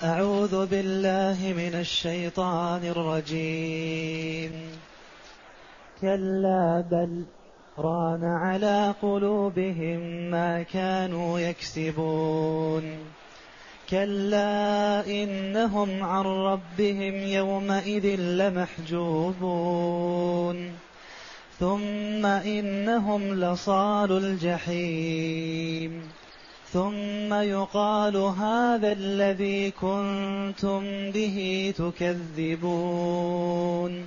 أعوذ بالله من الشيطان الرجيم. كلا بل ران على قلوبهم ما كانوا يكسبون. كلا إنهم عن ربهم يومئذ لمحجوبون. ثم إنهم لصالو الجحيم. ثم يقال هذا الذي كنتم به تكذبون.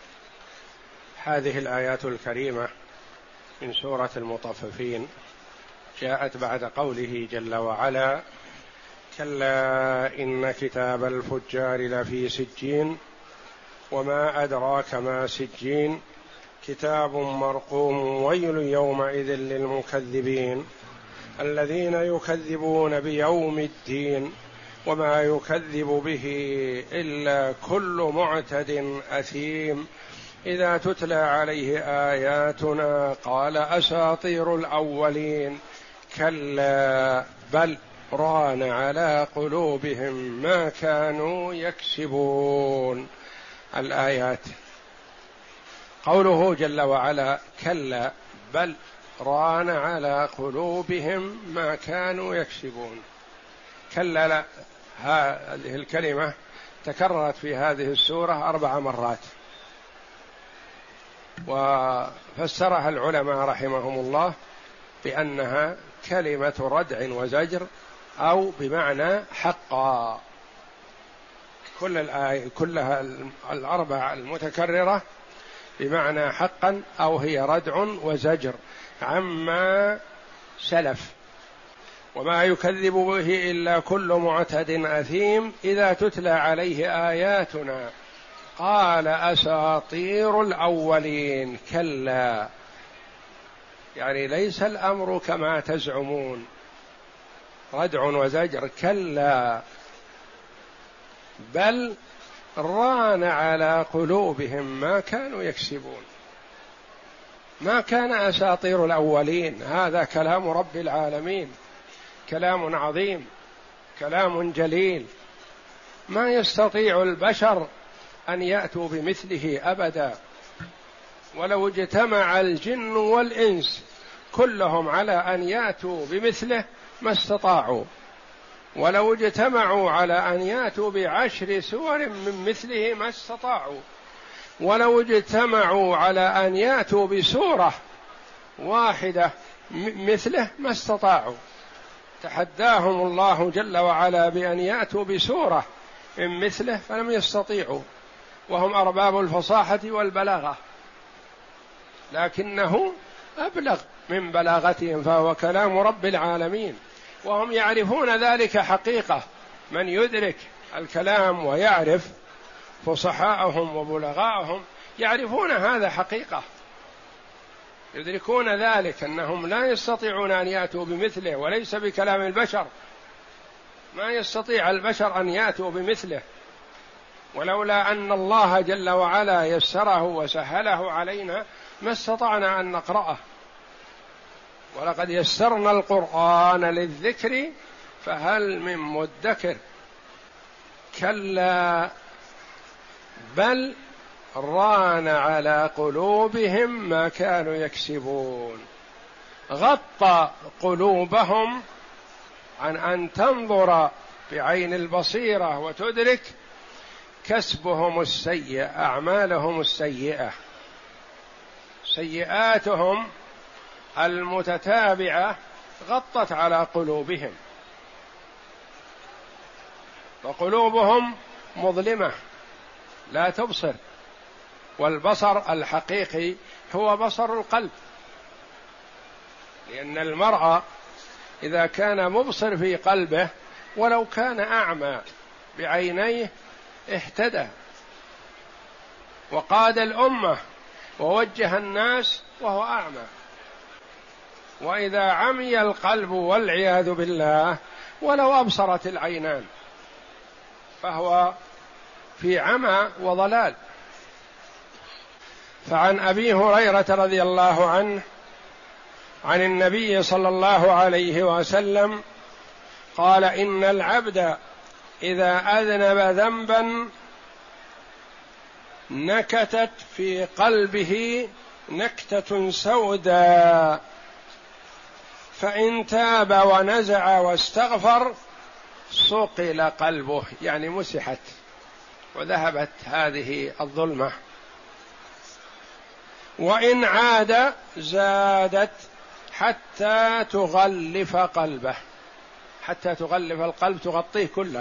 هذه الآيات الكريمة من سورة المطففين جاءت بعد قوله جل وعلا: كلا إن كتاب الفجار لفي سجين وما أدراك ما سجين كتاب مرقوم ويل يومئذ للمكذبين الذين يكذبون بيوم الدين وما يكذب به إلا كل معتد أثيم إذا تتلى عليه آياتنا قال أساطير الأولين كلا بل ران على قلوبهم ما كانوا يكسبون. الآيات. قوله جل وعلا كلا بل ران على قلوبهم ما كانوا يكسبون. كلا لا، هذه الكلمة تكررت في هذه السورة 4 مرات، وفسرها العلماء رحمهم الله بأنها كلمة ردع وزجر أو بمعنى حقا. كل الآية كلها 4 المتكررة بمعنى حقا أو هي ردع وزجر عما سلف. وما يكذب به إلا كل معتد أثيم إذا تتلى عليه آياتنا قال أساطير الأولين. كلا يعني ليس الأمر كما تزعمون، ردع وزجر. كلا بل ران على قلوبهم ما كانوا يكسبون. ما كان أساطير الأولين، هذا كلام رب العالمين، كلام عظيم، كلام جليل، ما يستطيع البشر أن يأتوا بمثله أبدا، ولو اجتمع الجن والإنس كلهم على أن يأتوا بمثله ما استطاعوا، ولو اجتمعوا على أن يأتوا ب10 سور من مثله ما استطاعوا، ولو اجتمعوا على أن يأتوا بسورة واحدة مثله ما استطاعوا. تحداهم الله جل وعلا بأن يأتوا بسورة من مثله فلم يستطيعوا، وهم أرباب الفصاحة والبلاغة، لكنه أبلغ من بلاغتهم، فهو كلام رب العالمين، وهم يعرفون ذلك حقيقة. من يدرك الكلام ويعرف فصحاءهم وبلغاءهم يعرفون هذا حقيقة، يدركون ذلك أنهم لا يستطيعون أن يأتوا بمثله، وليس بكلام البشر، ما يستطيع البشر أن يأتوا بمثله، ولولا أن الله جل وعلا يسره وسهله علينا ما استطعنا أن نقرأه. ولقد يسرنا القرآن للذكر فهل من مدكر. كلا بل ران على قلوبهم ما كانوا يكسبون. غطى قلوبهم عن أن تنظر بعين البصيرة وتدرك كسبهم السيء، أعمالهم السيئة، سيئاتهم المتتابعة غطت على قلوبهم، وقلوبهم مظلمة لا تبصر، والبصر الحقيقي هو بصر القلب، لأن المرء إذا كان مبصر في قلبه ولو كان أعمى بعينيه اهتدى وقاد الأمة ووجه الناس وهو أعمى. وإذا عمي القلب والعياذ بالله ولو أبصرت العينان فهو في عمى وضلال. فعن أبي هريرة رضي الله عنه عن النبي صلى الله عليه وسلم قال: إن العبد إذا أذنب ذنبا نكتت في قلبه نكتة سوداء، فإن تاب ونزع واستغفر صقل قلبه، يعني مسحت وذهبت هذه الظلمة، وإن عاد زادت حتى تغلف قلبه، حتى تغلف القلب، تغطيه كله.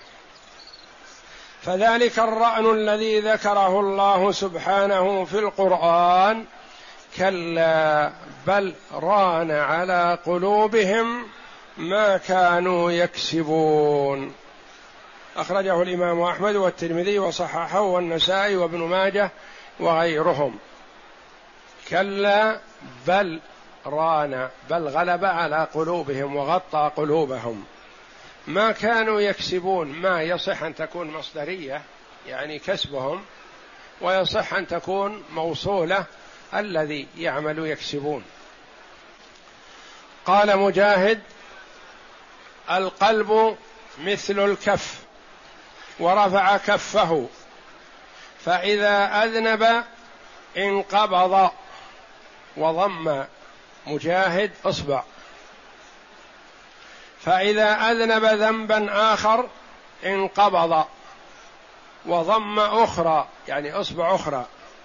فذلك الرأن الذي ذكره الله سبحانه في القرآن كلا بل ران على قلوبهم ما كانوا يكسبون. أخرجه الإمام أحمد والترمذي وصححه والنسائي وابن ماجه وغيرهم. كلا بل ران، بل غلب على قلوبهم وغطى قلوبهم ما كانوا يكسبون. ما يصح أن تكون مصدرية يعني كسبهم، ويصح أن تكون موصولة الذي يعمل يكسبون. قال مجاهد: القلب مثل الكف، ورفع كفه فإذا أذنب انقبض، وضم مجاهد إصبع، فإذا أذنب ذنبا آخر انقبض وضم أخرى، يعني إصبع أخرى،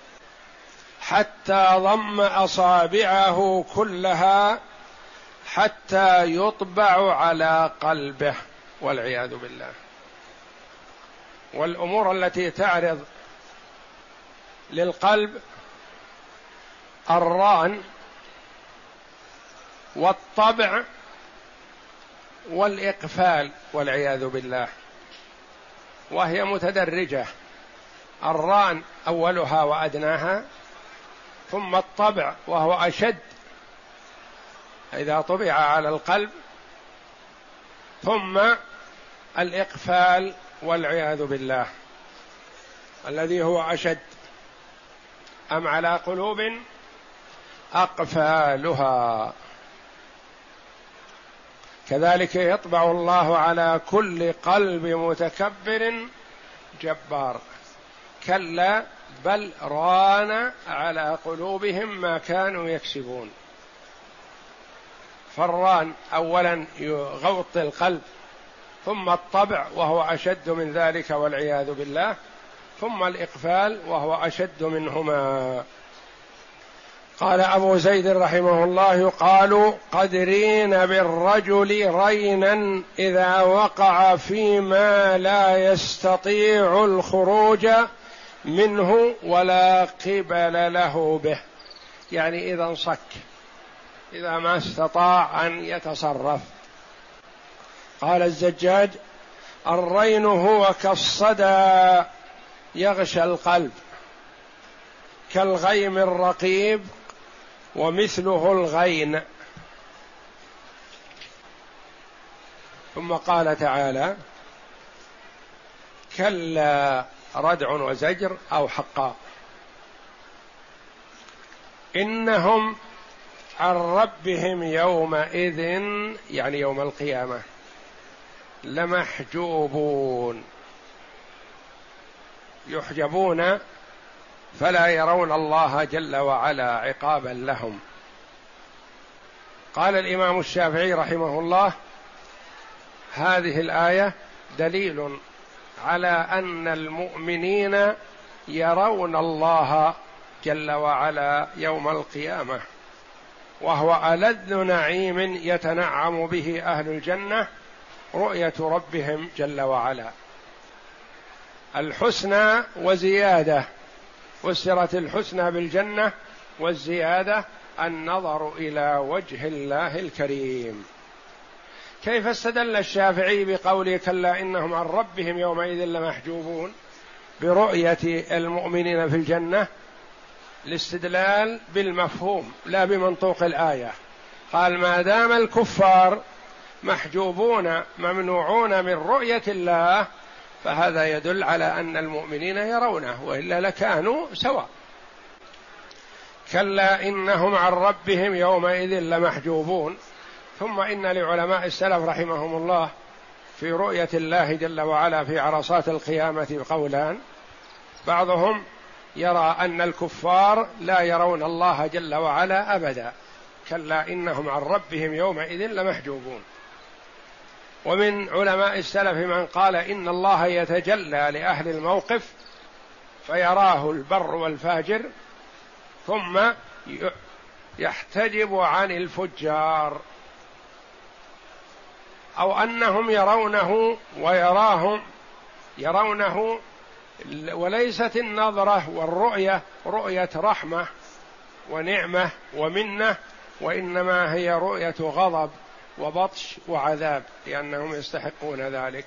حتى ضم أصابعه كلها حتى يطبع على قلبه، والعياذ بالله. والأمور التي تعرض للقلب الران والطبع والإقفال، والعياذ بالله، وهي متدرجة. الران أولها وأدناها، ثم الطبع وهو أشد إذا طبع على القلب، ثم الإقفال والعياذ بالله الذي هو أشد. أم على قلوب أقفالها. كذلك يطبع الله على كل قلب متكبر جبار. كلا بل ران على قلوبهم ما كانوا يكسبون. فالران أولا يغطي القلب، ثم الطبع وهو أشد من ذلك والعياذ بالله، ثم الإقفال وهو أشد منهما. قال أبو زيد رحمه الله: يقال قد رين بالرجل رينا إذا وقع فيما لا يستطيع الخروج منه ولا قبل له به، يعني إذا انصك، إذا ما استطاع أن يتصرف. قال الزجاج: الرين هو كالصدى يغشى القلب، كالغيم الرقيب ومثله الغين. ثم قال تعالى: كلا ردع وزجر أو حقا، إنهم عن ربهم يومئذ، يعني يوم القيامة، لمحجوبون، يحجبون فلا يرون الله جل وعلا عقابا لهم. قال الإمام الشافعي رحمه الله: هذه الآية دليل على أن المؤمنين يرون الله جل وعلا يوم القيامة، وهو ألذ نعيم يتنعم به أهل الجنة، رؤية ربهم جل وعلا. الحسنى وزيادة، فسرت الحسنى بالجنة، والزيادة النظر إلى وجه الله الكريم. كيف استدل الشافعي بقوله كلا إنهم عن ربهم يومئذ لمحجوبون برؤية المؤمنين في الجنة؟ الاستدلال بالمفهوم لا بمنطوق الآية. قال: ما دام الكفار محجوبون ممنوعون من رؤية الله، فهذا يدل على أن المؤمنين يرونه، وإلا لكانوا سواء. كلا إنهم عن ربهم يومئذ لمحجوبون. ثم إن لعلماء السلف رحمهم الله في رؤية الله جل وعلا في عرصات القيامة قولان: بعضهم يرى أن الكفار لا يرون الله جل وعلا أبدا، كلا إنهم عن ربهم يومئذ لمحجوبون. ومن علماء السلف من قال إن الله يتجلى لأهل الموقف فيراه البر والفاجر ثم يحتجب عن الفجار، أو أنهم يرونه ويراهم يرونه، وليست النظرة والرؤية رؤية رحمة ونعمة ومنة، وإنما هي رؤية غضب وبطش وعذاب، لأنهم يستحقون ذلك.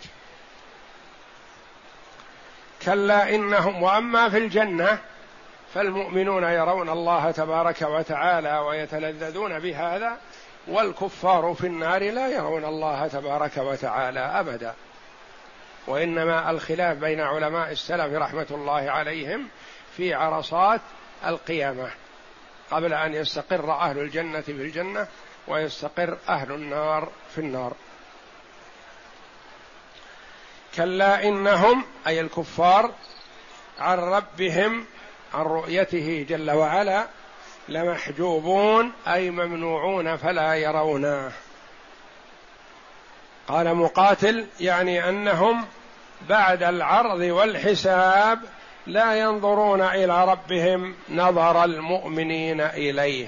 كلا إنهم، وأما في الجنة فالمؤمنون يرون الله تبارك وتعالى ويتلذذون بهذا، والكفار في النار لا يرون الله تبارك وتعالى أبدا. وإنما الخلاف بين علماء السلف رحمة الله عليهم في عرصات القيامة قبل أن يستقر أهل الجنة في الجنة ويستقر أهل النار في النار. كلا إنهم أي الكفار عن ربهم، عن رؤيته جل وعلا، لمحجوبون أي ممنوعون فلا يرونه. قال مقاتل يعني أنهم بعد العرض والحساب لا ينظرون إلى ربهم نظر المؤمنين إليه.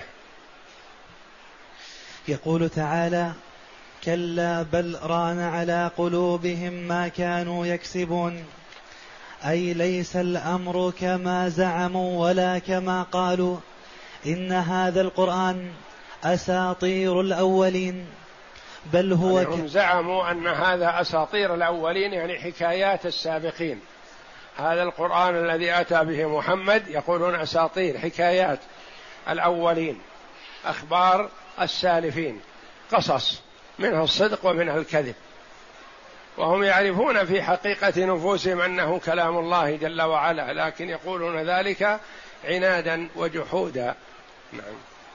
يقول تعالى: كلا بل ران على قلوبهم ما كانوا يكسبون، أي ليس الأمر كما زعموا ولا كما قالوا، إن هذا القرآن أساطير الأولين، بل هو يعني هم زعموا أن هذا أساطير الأولين، يعني حكايات السابقين. هذا القرآن الذي أتى به محمد يقولون أساطير، حكايات الأولين، أخبار السالفين، قصص منها الصدق ومنها الكذب، وهم يعرفون في حقيقة نفوسهم أنه كلام الله جل وعلا، لكن يقولون ذلك عنادا وجحودا. نعم.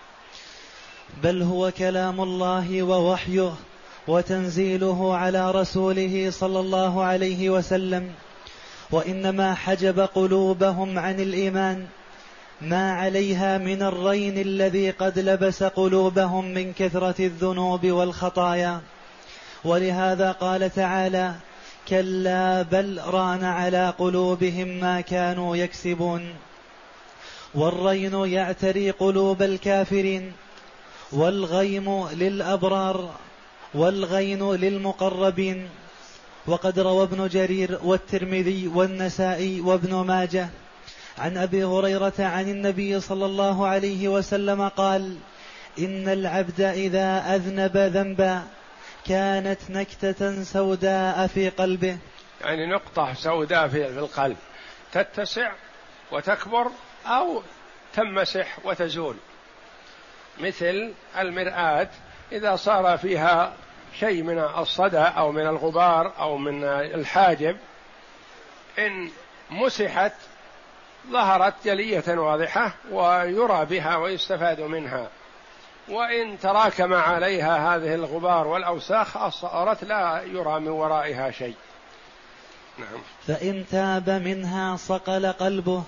بل هو كلام الله ووحيه وتنزيله على رسوله صلى الله عليه وسلم، وإنما حجب قلوبهم عن الإيمان ما عليها من الرين الذي قد لبس قلوبهم من كثرة الذنوب والخطايا. ولهذا قال تعالى: كلا بل ران على قلوبهم ما كانوا يكسبون. والرين يعتري قلوب الكافرين، والغيم للأبرار، والغين للمقربين. وقد روى ابن جرير والترمذي والنسائي وابن ماجه عن أبي هريرة عن النبي صلى الله عليه وسلم قال: إن العبد إذا أذنب ذنبا كانت نكتة سوداء في قلبه، يعني نقطة سوداء في القلب تتسع وتكبر أو تمسح وتزول، مثل المرآة إذا صار فيها شيء من الصدى أو من الغبار أو من الحاجب، إن مسحت ظهرت جلية واضحة ويرى بها ويستفاد منها، وإن تراكم عليها هذه الغبار والأوساخ صارت لا يرى من ورائها شيء. نعم. فإن تاب منها صقل قلبه،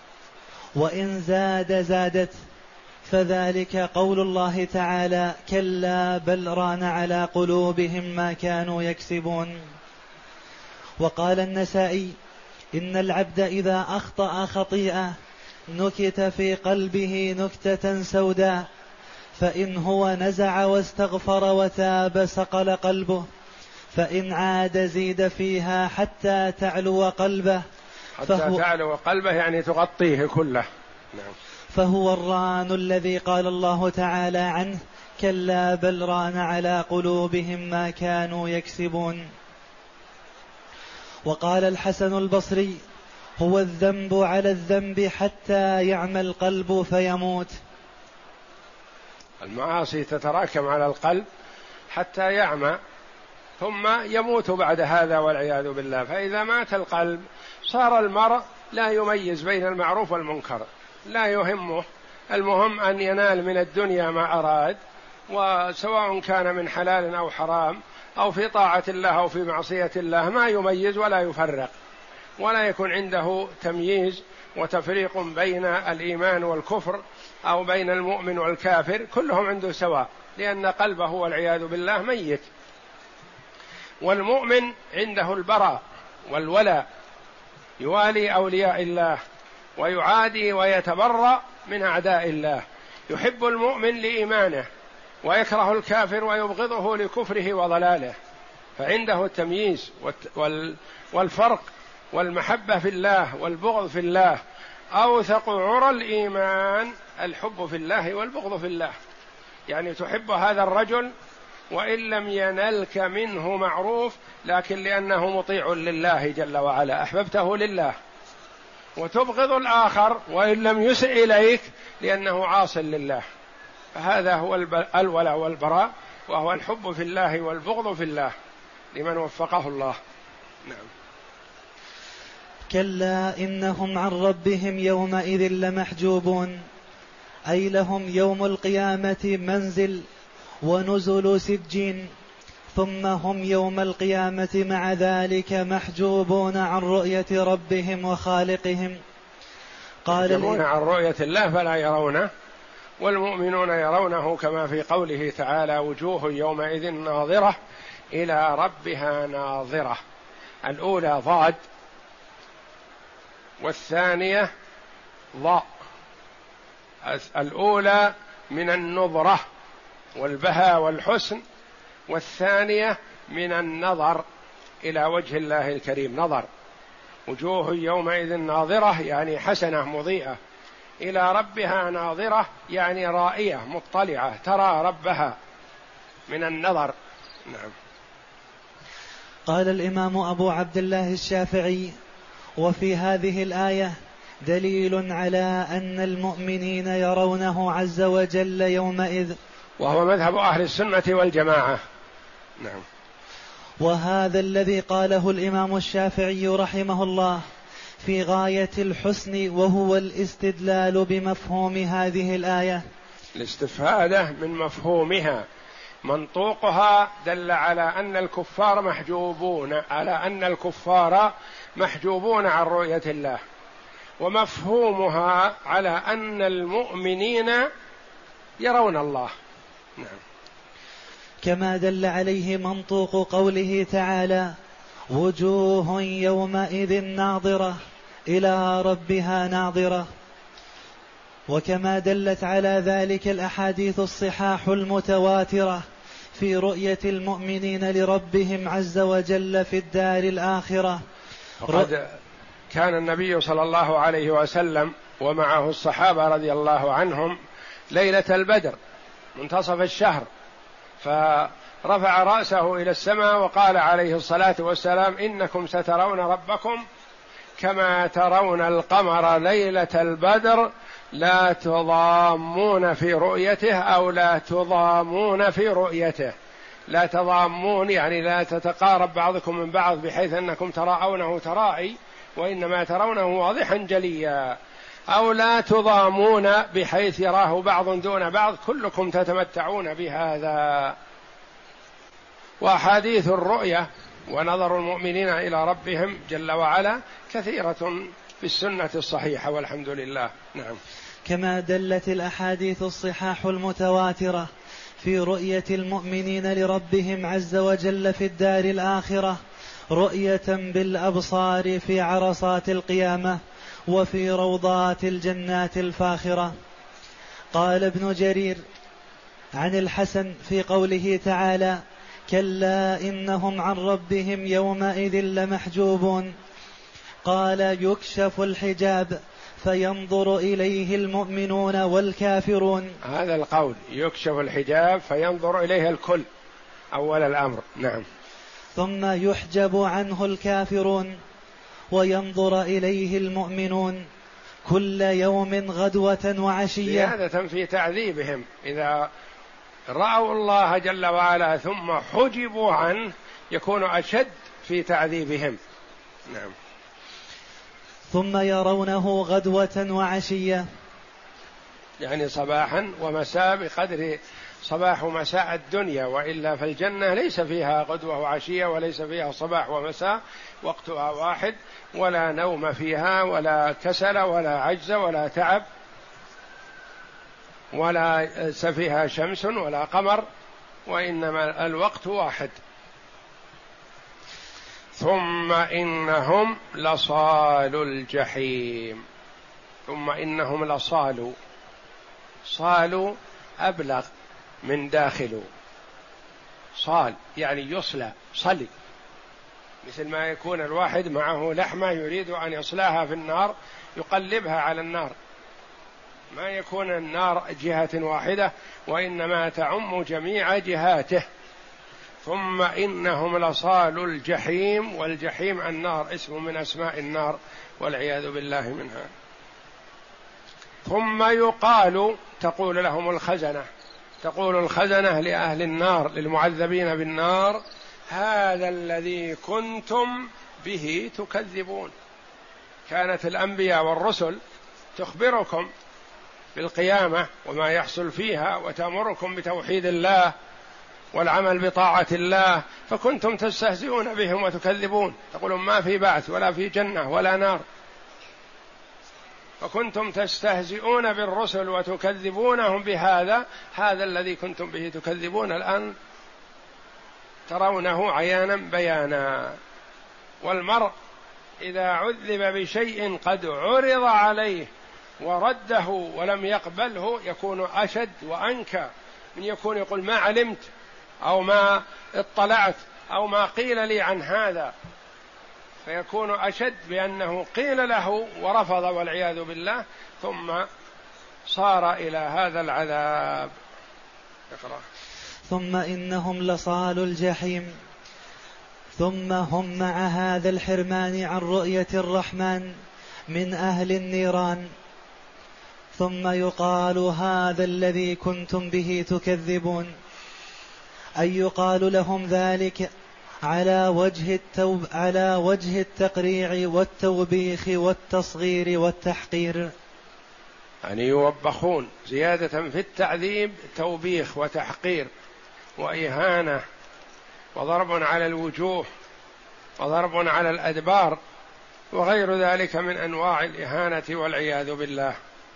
وإن زادت، فذلك قول الله تعالى: كلا بل ران على قلوبهم ما كانوا يكسبون. وقال النسائي: إن العبد إذا أخطأ خطيئة نكت في قلبه نكتة سوداء، فإن هو نزع واستغفر وتاب صقل قلبه، فإن عاد زيد فيها حتى تعلو قلبه، تعلو قلبه يعني تغطيه كله. نعم. فهو الران الذي قال الله تعالى عنه: كلا بل ران على قلوبهم ما كانوا يكسبون. وقال الحسن البصري: هو الذنب على الذنب حتى يعمى القلب فيموت. المعاصي تتراكم على القلب حتى يعمى ثم يموت بعد هذا والعياذ بالله. فإذا مات القلب صار المرء لا يميز بين المعروف والمنكر، لا يهمه، المهم أن ينال من الدنيا ما أراد، وسواء كان من حلال أو حرام أو في طاعة الله أو في معصية الله، ما يميز ولا يفرق، ولا يكون عنده تمييز وتفريق بين الإيمان والكفر أو بين المؤمن والكافر، كلهم عنده سواء، لأن قلبه والعياذ بالله ميت. والمؤمن عنده البراء والولاء، يوالي أولياء الله ويعادي ويتبرأ من أعداء الله، يحب المؤمن لإيمانه ويكره الكافر ويبغضه لكفره وضلاله، فعنده التمييز والفرق والمحبة في الله والبغض في الله. أوثق عرى الإيمان الحب في الله والبغض في الله، يعني تحب هذا الرجل وإن لم ينلك منه معروف، لكن لأنه مطيع لله جل وعلا أحببته لله، وتبغض الآخر وإن لم يسع إليك لأنه عاص لله. فهذا هو الولاء والبراء، وهو الحب في الله والبغض في الله لمن وفقه الله. نعم. كلا إنهم عن ربهم يومئذ لمحجوبون، أي لهم يوم القيامة منزل ونزل سجين، ثم هم يوم القيامة مع ذلك محجوبون عن رؤية ربهم وخالقهم. محجوبون عن رؤية الله فلا يرونه، والمؤمنون يرونه كما في قوله تعالى: وجوه يومئذ ناظرة إلى ربها ناظرة. الأولى ضاد والثانية ضاء. الأولى من النظرة والبهاء والحسن، والثانية من النظر إلى وجه الله الكريم. نظر، وجوه يومئذ ناظرة يعني حسنة مضيئة، إلى ربها ناظرة يعني رائية مطلعة ترى ربها من النظر. نعم. قال الإمام أبو عبد الله الشافعي: وفي هذه الآية دليل على أن المؤمنين يرونه عز وجل يومئذ، وهو مذهب أهل السنة والجماعة. نعم. وهذا الذي قاله الإمام الشافعي رحمه الله في غاية الحسن، وهو الاستدلال بمفهوم هذه الآية، الاستفادة من مفهومها. منطوقها دل على أن الكفار محجوبون عن رؤية الله، ومفهومها على أن المؤمنين يرون الله. نعم. كما دل عليه منطوق قوله تعالى: وجوه يومئذ ناظرة إلى ربها ناظرة. وكما دلت على ذلك الأحاديث الصحاح المتواترة في رؤية المؤمنين لربهم عز وجل في الدار الآخرة. وقد كان النبي صلى الله عليه وسلم ومعه الصحابة رضي الله عنهم ليلة البدر منتصف الشهر، فرفع رأسه إلى السماء وقال عليه الصلاة والسلام: إنكم سترون ربكم كما ترون القمر ليلة البدر لا تضامون في رؤيته، أو لا تضامون في رؤيته. لا تضامون يعني لا تتقارب بعضكم من بعض بحيث أنكم تراءونه ترائي، وإنما ترونه واضحا جليا. أو لا تضامون بحيث يراه بعض دون بعض، كلكم تتمتعون بهذا. وأحاديث الرؤية ونظر المؤمنين إلى ربهم جل وعلا كثيرة في السنة الصحيحة والحمد لله. نعم. كما دلت الأحاديث الصحاح المتواترة في رؤية المؤمنين لربهم عز وجل في الدار الآخرة رؤية بالأبصار في عرصات القيامة وفي روضات الجنات الفاخرة. قال ابن جرير عن الحسن في قوله تعالى: كلا إنهم عن ربهم يومئذ لمحجوبون، قال: يكشف الحجاب فينظر إليه المؤمنون والكافرون. هذا القول يكشف الحجاب فينظر إليه الكل أول الأمر. نعم. ثم يحجب عنه الكافرون وينظر إليه المؤمنون كل يوم غدوة وعشية، زيادة في تعذيبهم. إذا رأوا الله جل وعلا ثم حجبوا عنه يكون أشد في تعذيبهم. نعم. ثم يرونه غدوة وعشية، يعني صباحا ومساء بقدر صباح ومساء الدنيا، وإلا فالجنة ليس فيها غدوة وعشية، وليس فيها صباح ومساء، وقتها واحد، ولا نوم فيها، ولا كسل، ولا عجز، ولا تعب، ولا فيها شمس ولا قمر، وإنما الوقت واحد. ثم إنهم لصالوا الجحيم. ثم إنهم لصالوا، صالوا أبلغ من داخلوا. صال يعني يصلى، صلي، مثل ما يكون الواحد معه لحمة يريد أن يصلاها في النار يقلبها على النار، ما يكون النار جهة واحدة، وإنما تعم جميع جهاته. ثم إنهم لصالوا الجحيم، والجحيم النار، اسم من أسماء النار والعياذ بالله منها. ثم يقال، تقول لهم الخزنة، تقول الخزنة لأهل النار، للمعذبين بالنار: هذا الذي كنتم به تكذبون. كانت الأنبياء والرسل تخبركم بالقيامة وما يحصل فيها، وتأمركم بتوحيد الله والعمل بطاعة الله، فكنتم تستهزئون بهم وتكذبون، تقولون ما في بعث ولا في جنة ولا نار، فكنتم تستهزئون بالرسل وتكذبونهم بهذا. هذا الذي كنتم به تكذبون الآن ترونه عيانا بيانا. والمرء إذا عذب بشيء قد عرض عليه ورده ولم يقبله يكون أشد وأنكى من يكون يقول ما علمت أو ما اطلعت أو ما قيل لي عن هذا، فيكون أشد بأنه قيل له ورفض والعياذ بالله، ثم صار إلى هذا العذاب. اقرأ. ثم إنهم لصالوا الجحيم، ثم هم مع هذا الحرمان عن رؤية الرحمن من أهل النيران. ثم يقال: هذا الذي كنتم به تكذبون، أي يقال لهم ذلك على وجه التقريع والتوبيخ والتصغير والتحقير، يعني يوبخون زيادة في التعذيب، توبيخ وتحقير وإهانة وضرب على الوجوه وضرب على الأدبار وغير ذلك من أنواع الإهانة والعياذ بالله.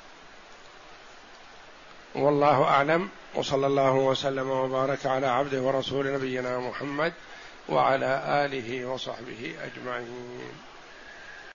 والله أعلم، وصلى الله وسلم وبارك على عبده ورسول نبينا محمد وعلى آله وصحبه أجمعين.